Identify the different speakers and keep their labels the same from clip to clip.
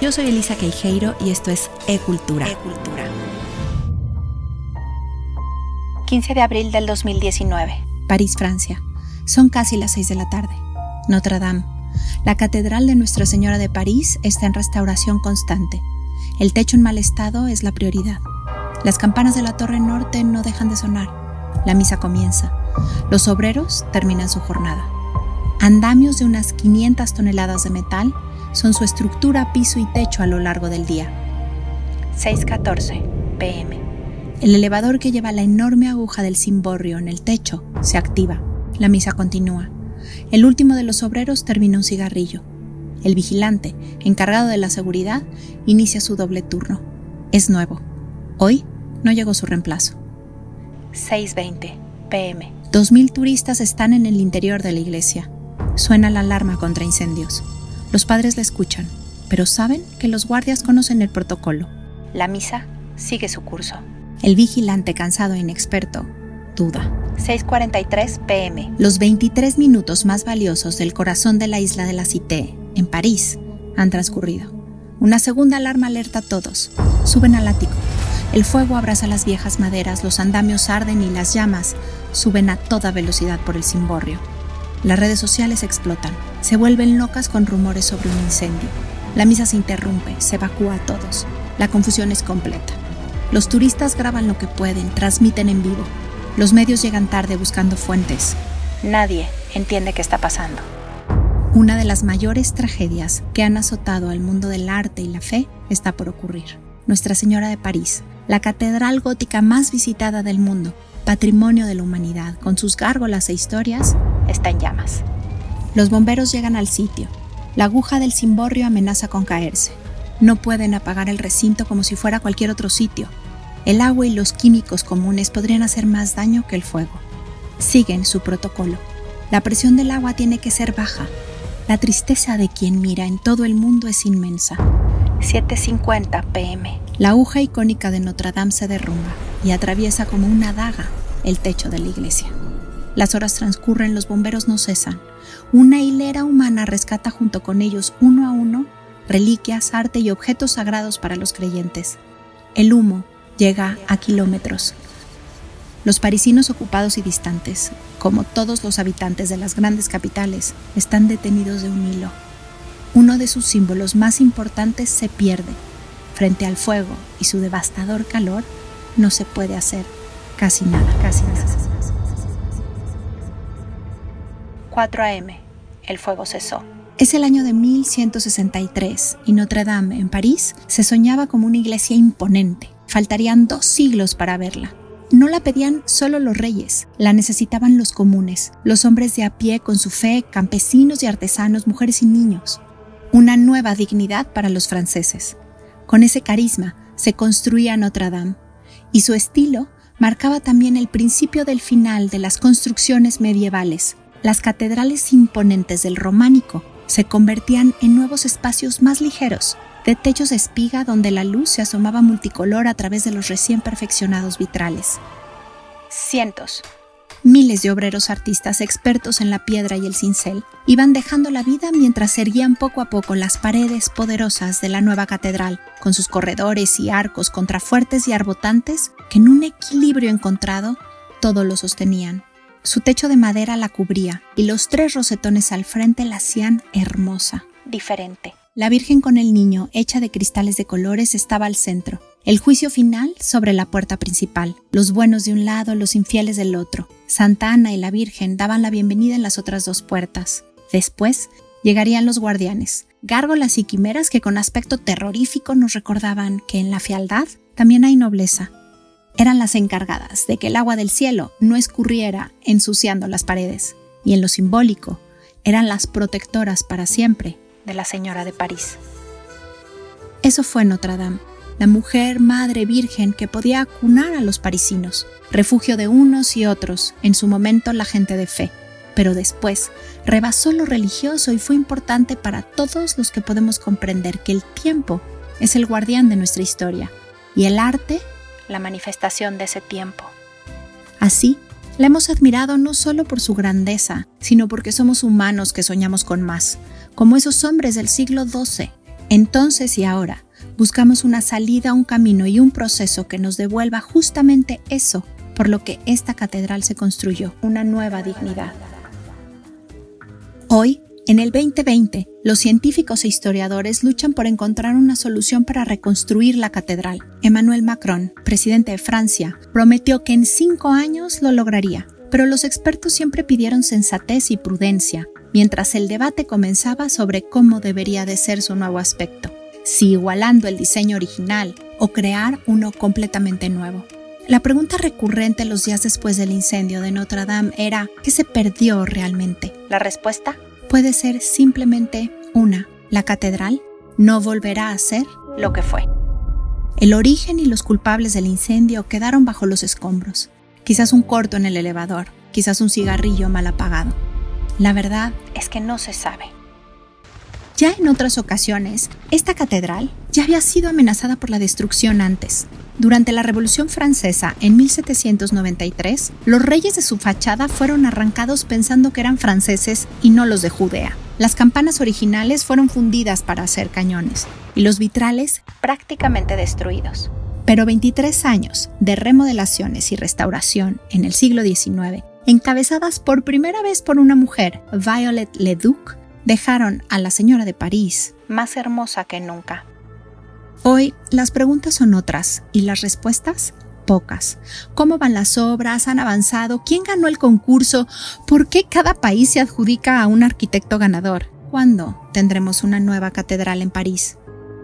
Speaker 1: Yo soy Elisa Queijeiro y esto es E-Cultura.
Speaker 2: 15 de abril del 2019.
Speaker 1: París, Francia. Son casi las 6 de la tarde. Notre Dame. La catedral de Nuestra Señora de París está en restauración constante. El techo en mal estado es la prioridad. Las campanas de la torre norte no dejan de sonar. La misa comienza. Los obreros terminan su jornada. Andamios de unas 500 toneladas de metal son su estructura, piso y techo a lo largo del día.
Speaker 2: 6:14 p.m.
Speaker 1: El elevador que lleva la enorme aguja del cimborrio en el techo se activa. La misa continúa. El último de los obreros termina un cigarrillo. El vigilante, encargado de la seguridad, inicia su doble turno. Es nuevo. Hoy no llegó su reemplazo.
Speaker 2: 6:20 p.m.
Speaker 1: 2000 turistas están en el interior de la iglesia. Suena la alarma contra incendios. Los padres la escuchan, pero saben que los guardias conocen el protocolo.
Speaker 2: La misa sigue su curso.
Speaker 1: El vigilante, cansado e inexperto, duda.
Speaker 2: 6:43 p.m.
Speaker 1: Los 23 minutos más valiosos del corazón de la isla de la Cité, en París, han transcurrido. Una segunda alarma alerta a todos. Suben al ático. El fuego abraza las viejas maderas, los andamios arden y las llamas suben a toda velocidad por el cimborrio. Las redes sociales explotan. Se vuelven locas con rumores sobre un incendio. La misa se interrumpe, se evacúa a todos. La confusión es completa. Los turistas graban lo que pueden, transmiten en vivo. Los medios llegan tarde buscando fuentes.
Speaker 2: Nadie entiende qué está pasando.
Speaker 1: Una de las mayores tragedias que han azotado al mundo del arte y la fe está por ocurrir. Nuestra Señora de París, la catedral gótica más visitada del mundo, patrimonio de la humanidad, con sus gárgolas e historias,
Speaker 2: está en llamas.
Speaker 1: Los bomberos llegan al sitio. La aguja del cimborrio amenaza con caerse. No pueden apagar el recinto como si fuera cualquier otro sitio. El agua y los químicos comunes podrían hacer más daño que el fuego. Siguen su protocolo. La presión del agua tiene que ser baja. La tristeza de quien mira en todo el mundo es inmensa.
Speaker 2: 7:50 p.m.
Speaker 1: La aguja icónica de Notre Dame se derrumba y atraviesa como una daga el techo de la iglesia. Las horas transcurren, los bomberos no cesan. Una hilera humana rescata junto con ellos, uno a uno, reliquias, arte y objetos sagrados para los creyentes. El humo llega a kilómetros. Los parisinos ocupados y distantes, como todos los habitantes de las grandes capitales, están detenidos de un hilo. Uno de sus símbolos más importantes se pierde. Frente al fuego y su devastador calor, no se puede hacer casi nada.
Speaker 2: 4 a.m. El fuego cesó.
Speaker 1: Es el año de 1163 y Notre Dame, en París, se soñaba como una iglesia imponente. Faltarían 2 siglos para verla. No la pedían solo los reyes, la necesitaban los comunes, los hombres de a pie con su fe, campesinos y artesanos, mujeres y niños. Una nueva dignidad para los franceses. Con ese carisma se construía Notre Dame, y su estilo marcaba también el principio del final de las construcciones medievales. Las catedrales imponentes del románico se convertían en nuevos espacios más ligeros, de techos de espiga donde la luz se asomaba multicolor a través de los recién perfeccionados vitrales.
Speaker 2: Cientos,
Speaker 1: miles de obreros artistas expertos en la piedra y el cincel iban dejando la vida mientras erguían poco a poco las paredes poderosas de la nueva catedral, con sus corredores y arcos contrafuertes y arbotantes que en un equilibrio encontrado todo lo sostenían. Su techo de madera la cubría y los 3 rosetones al frente la hacían hermosa.
Speaker 2: Diferente.
Speaker 1: La Virgen con el Niño, hecha de cristales de colores, estaba al centro. El juicio final sobre la puerta principal. Los buenos de un lado, los infieles del otro. Santa Ana y la Virgen daban la bienvenida en las otras 2 puertas. Después llegarían los guardianes, gárgolas y quimeras que con aspecto terrorífico nos recordaban que en la fealdad también hay nobleza. Eran las encargadas de que el agua del cielo no escurriera ensuciando las paredes. Y en lo simbólico, eran las protectoras para siempre
Speaker 2: de la Señora de París.
Speaker 1: Eso fue Notre Dame, la mujer, madre, virgen que podía acunar a los parisinos, refugio de unos y otros, en su momento la gente de fe. Pero después rebasó lo religioso y fue importante para todos los que podemos comprender que el tiempo es el guardián de nuestra historia y el arte,
Speaker 2: la manifestación de ese tiempo.
Speaker 1: Así, la hemos admirado no solo por su grandeza, sino porque somos humanos que soñamos con más, como esos hombres del siglo XII, Entonces y ahora, buscamos una salida, un camino y un proceso que nos devuelva justamente eso por lo que esta catedral se construyó, una nueva dignidad. Hoy, en el 2020, los científicos e historiadores luchan por encontrar una solución para reconstruir la catedral. Emmanuel Macron, presidente de Francia, prometió que en 5 años lo lograría, pero los expertos siempre pidieron sensatez y prudencia, mientras el debate comenzaba sobre cómo debería de ser su nuevo aspecto, si igualando el diseño original o crear uno completamente nuevo. La pregunta recurrente los días después del incendio de Notre Dame era ¿qué se perdió realmente?
Speaker 2: La respuesta
Speaker 1: Puede ser simplemente una: la catedral no volverá a ser
Speaker 2: lo que fue.
Speaker 1: El origen y los culpables del incendio quedaron bajo los escombros. Quizás un corto en el elevador, quizás un cigarrillo mal apagado. La verdad
Speaker 2: es que no se sabe.
Speaker 1: Ya en otras ocasiones, esta catedral ya había sido amenazada por la destrucción antes. Durante la Revolución Francesa, en 1793, los reyes de su fachada fueron arrancados pensando que eran franceses y no los de Judea. Las campanas originales fueron fundidas para hacer cañones y los vitrales
Speaker 2: prácticamente destruidos.
Speaker 1: Pero 23 años de remodelaciones y restauración en el siglo XIX, encabezadas por primera vez por una mujer, Violette Leduc, dejaron a la señora de París
Speaker 2: más hermosa que nunca.
Speaker 1: Hoy las preguntas son otras y las respuestas pocas. ¿Cómo van las obras? ¿Han avanzado? ¿Quién ganó el concurso? ¿Por qué cada país se adjudica a un arquitecto ganador? ¿Cuándo tendremos una nueva catedral en París?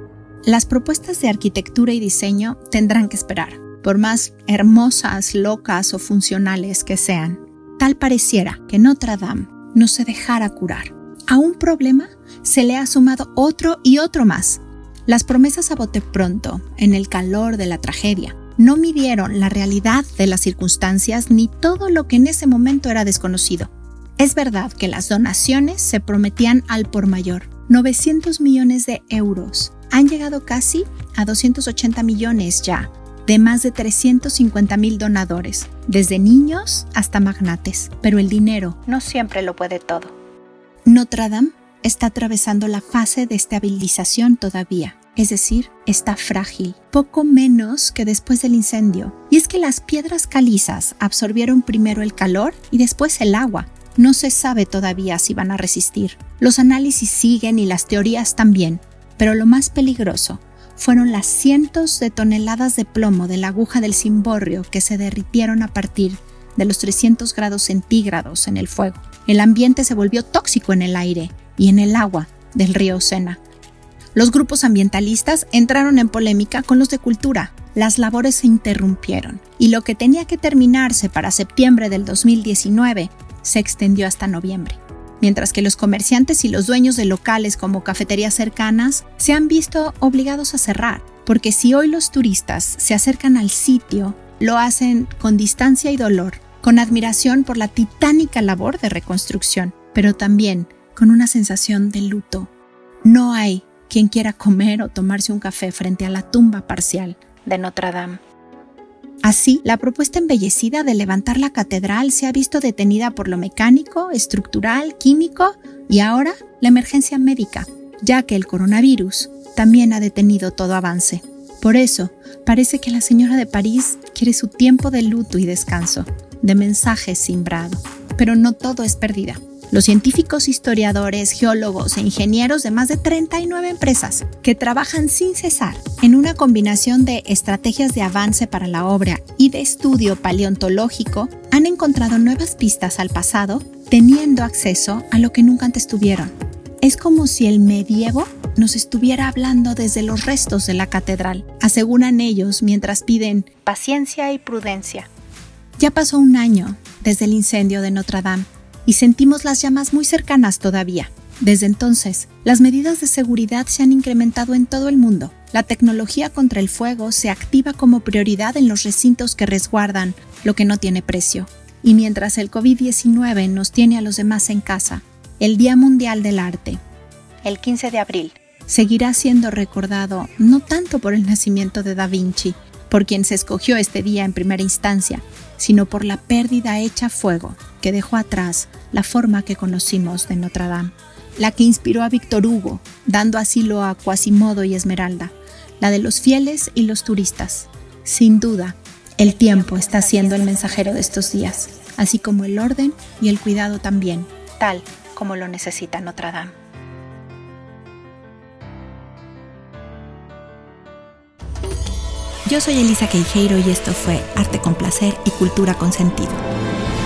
Speaker 1: Las propuestas de arquitectura y diseño tendrán que esperar, por más hermosas, locas o funcionales que sean. Tal pareciera que Notre Dame no se dejara curar. A un problema se le ha sumado otro y otro más. Las promesas a bote pronto, en el calor de la tragedia, no midieron la realidad de las circunstancias ni todo lo que en ese momento era desconocido. Es verdad que las donaciones se prometían al por mayor. 900 millones de euros. Han llegado casi a 280 millones ya, de más de 350,000 donadores, desde niños hasta magnates. Pero el dinero
Speaker 2: no siempre lo puede todo.
Speaker 1: Notre Dame está atravesando la fase de estabilización todavía, es decir, está frágil, poco menos que después del incendio. Y es que las piedras calizas absorbieron primero el calor y después el agua. No se sabe todavía si van a resistir. Los análisis siguen y las teorías también, pero lo más peligroso fueron las cientos de toneladas de plomo de la aguja del cimborrio que se derritieron a partir de los 300 grados centígrados en el fuego. El ambiente se volvió tóxico en el aire y en el agua del río Sena. Los grupos ambientalistas entraron en polémica con los de cultura. Las labores se interrumpieron y lo que tenía que terminarse para septiembre del 2019 se extendió hasta noviembre. Mientras que los comerciantes y los dueños de locales como cafeterías cercanas se han visto obligados a cerrar, porque si hoy los turistas se acercan al sitio, lo hacen con distancia y dolor, con admiración por la titánica labor de reconstrucción, pero también con una sensación de luto. No hay quien quiera comer o tomarse un café frente a la tumba parcial
Speaker 2: de Notre Dame.
Speaker 1: Así, la propuesta embellecida de levantar la catedral se ha visto detenida por lo mecánico, estructural, químico y ahora la emergencia médica, ya que el coronavirus también ha detenido todo avance. Por eso, parece que la señora de París quiere su tiempo de luto y descanso, de mensaje cimbrado. Pero no todo es pérdida. Los científicos, historiadores, geólogos e ingenieros de más de 39 empresas que trabajan sin cesar en una combinación de estrategias de avance para la obra y de estudio paleontológico han encontrado nuevas pistas al pasado, teniendo acceso a lo que nunca antes tuvieron. Es como si el medievo nos estuviera hablando desde los restos de la catedral, aseguran ellos mientras piden
Speaker 2: paciencia y prudencia.
Speaker 1: Ya pasó un año desde el incendio de Notre Dame y sentimos las llamas muy cercanas todavía. Desde entonces, las medidas de seguridad se han incrementado en todo el mundo. La tecnología contra el fuego se activa como prioridad en los recintos que resguardan lo que no tiene precio. Y mientras el COVID-19 nos tiene a los demás en casa, el Día Mundial del Arte,
Speaker 2: el 15 de abril,
Speaker 1: seguirá siendo recordado no tanto por el nacimiento de Da Vinci, por quien se escogió este día en primera instancia, sino por la pérdida hecha fuego que dejó atrás la forma que conocimos de Notre Dame. la que inspiró a Víctor Hugo, dando asilo a Quasimodo y Esmeralda, la de los fieles y los turistas. Sin duda, el tiempo está siendo el mensajero de estos días, así como el orden y el cuidado también,
Speaker 2: tal como lo necesita Notre Dame.
Speaker 1: Yo soy Elisa Queijeiro y esto fue Arte con Placer y Cultura con Sentido.